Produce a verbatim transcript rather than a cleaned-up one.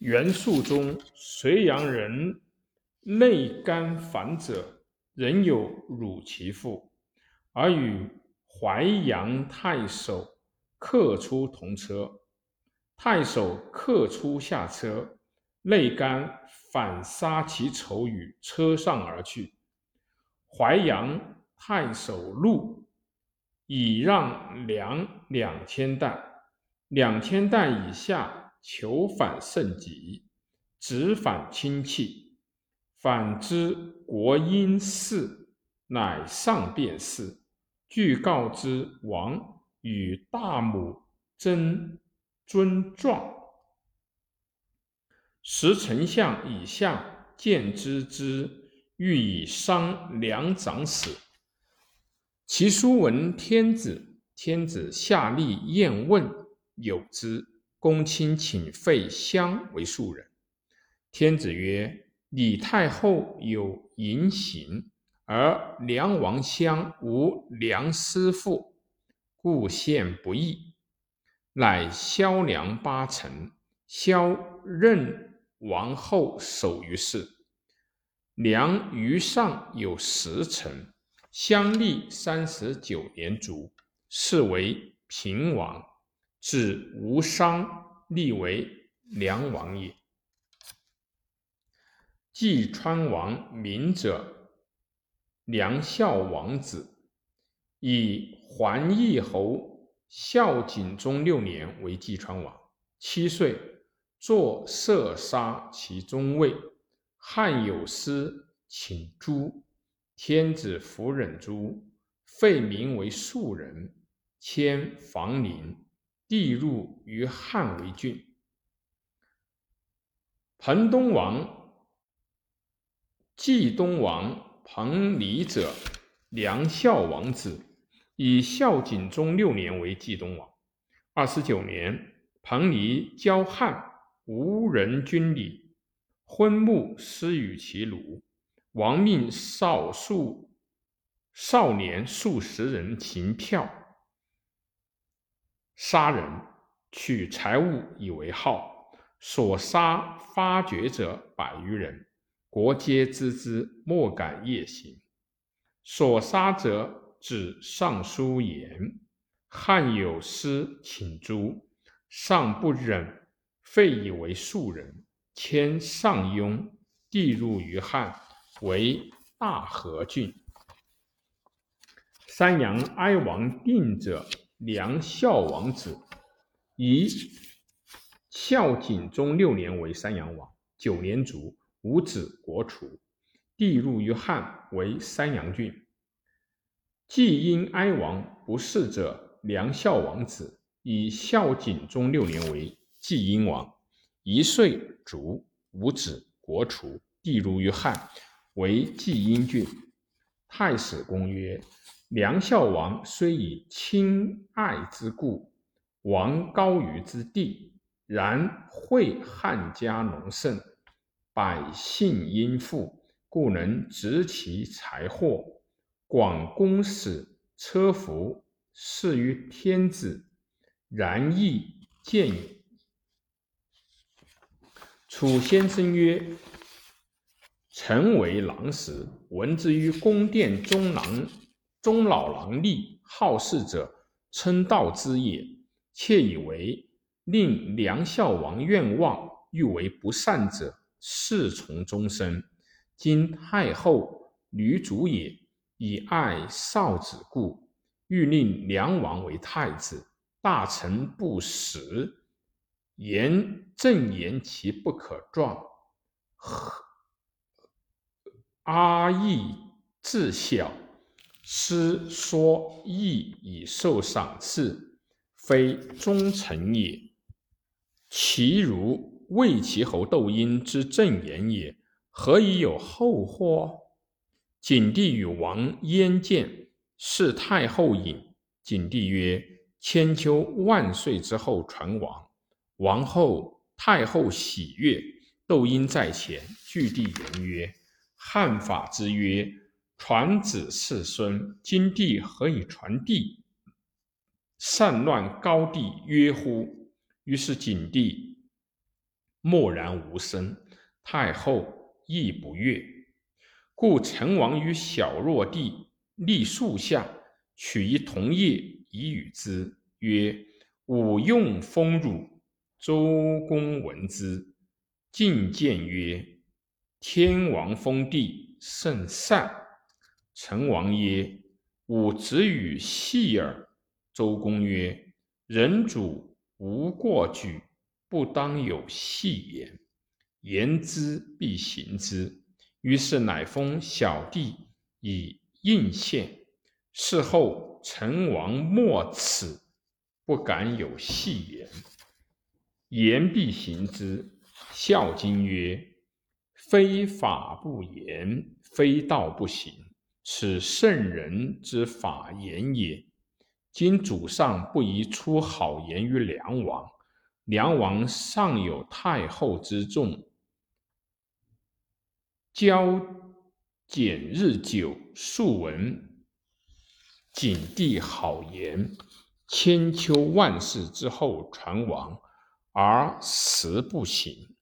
元肃中，隋阳人内干反者，仍有辱其父，而与淮阳太守客出同车。太守客出下车，内干反杀其仇于车上而去。淮阳太守怒，以让粮两千担，两千担以下求反甚急，直反亲戚。反之国因事，乃上便事，具告之王，与大母争尊状。时丞相以下见之之，欲以伤两长史。其书闻天子，天子下令验问，有之。公卿请废襄为庶人。天子曰：李太后有淫行，而梁王襄无良师父，故献不义。乃萧梁八臣，萧任王后守于世。梁余上有十臣，襄历三十九年卒，是为平王。至吴商，立为梁王也。济川王名者，梁孝王子，以桓义侯孝景宗六年为济川王。七岁，作射杀其中尉。汉有司请诛，天子弗忍诛，废名为庶人，迁房陵，地入于汉为郡。彭东王济东王彭蠡者，梁孝王子，以孝景宗六年为济东王。二十九年，彭蠡交汉，无人军礼，昏木失与其虏。王命少数少年数十人行票，杀人，取财物以为号。所杀发觉者百余人，国皆知之，莫敢夜行。所杀者指尚书言。汉有司请诛，尚不忍，废以为庶人，迁上庸，地入于汉，为大和郡。山阳哀王定者，梁孝王子，以孝景宗六年为山阳王。九年卒，无子，国除，地入于汉，为山阳郡。季阴哀王不嗣者，梁孝王子，以孝景宗六年为季阴王。一岁卒，无子，国除，地入于汉，为季阴郡。太史公曰：梁孝王虽以亲爱之故，王高于之地，然惠汉家农盛，百姓殷富，故能执其财货，广公使车服，事于天子，然亦见矣。楚先生曰：臣为郎时，闻之于宫殿中郎中老郎吏，好事者称道之也，窃以为令梁孝王愿望，欲为不善者，侍从终身。今太后女主也，以爱少子故，欲令梁王为太子。大臣不实，言正言其不可状，阿义自小，师说义以受赏赐，非忠臣也。其如魏齐侯窦婴之正言也，何以有后祸？景帝与王焉见，是太后饮。景帝曰：千秋万岁之后传王。王后太后喜悦，窦婴在前，据地言曰：汉法之曰，传子世孙，今帝何以传弟？擅乱高帝曰乎？于是景帝默然无声，太后亦不悦。故成王于小若地立树下，取一桐叶以与之，曰：吾用封汝。周公闻之，进谏曰：天王封地，甚善。成王曰：吾子与戏耳。周公曰：人主无过举，不当有戏言。言之必行之。于是乃封小弟以应县。事后成王莫齿，不敢有戏言。言必行之。孝经曰：非法不言，非道不行，此圣人之法言也。今主上不宜出好言于梁王，梁王尚有太后之重，交简日久，数闻景帝好言，千秋万世之后传王，而实不行。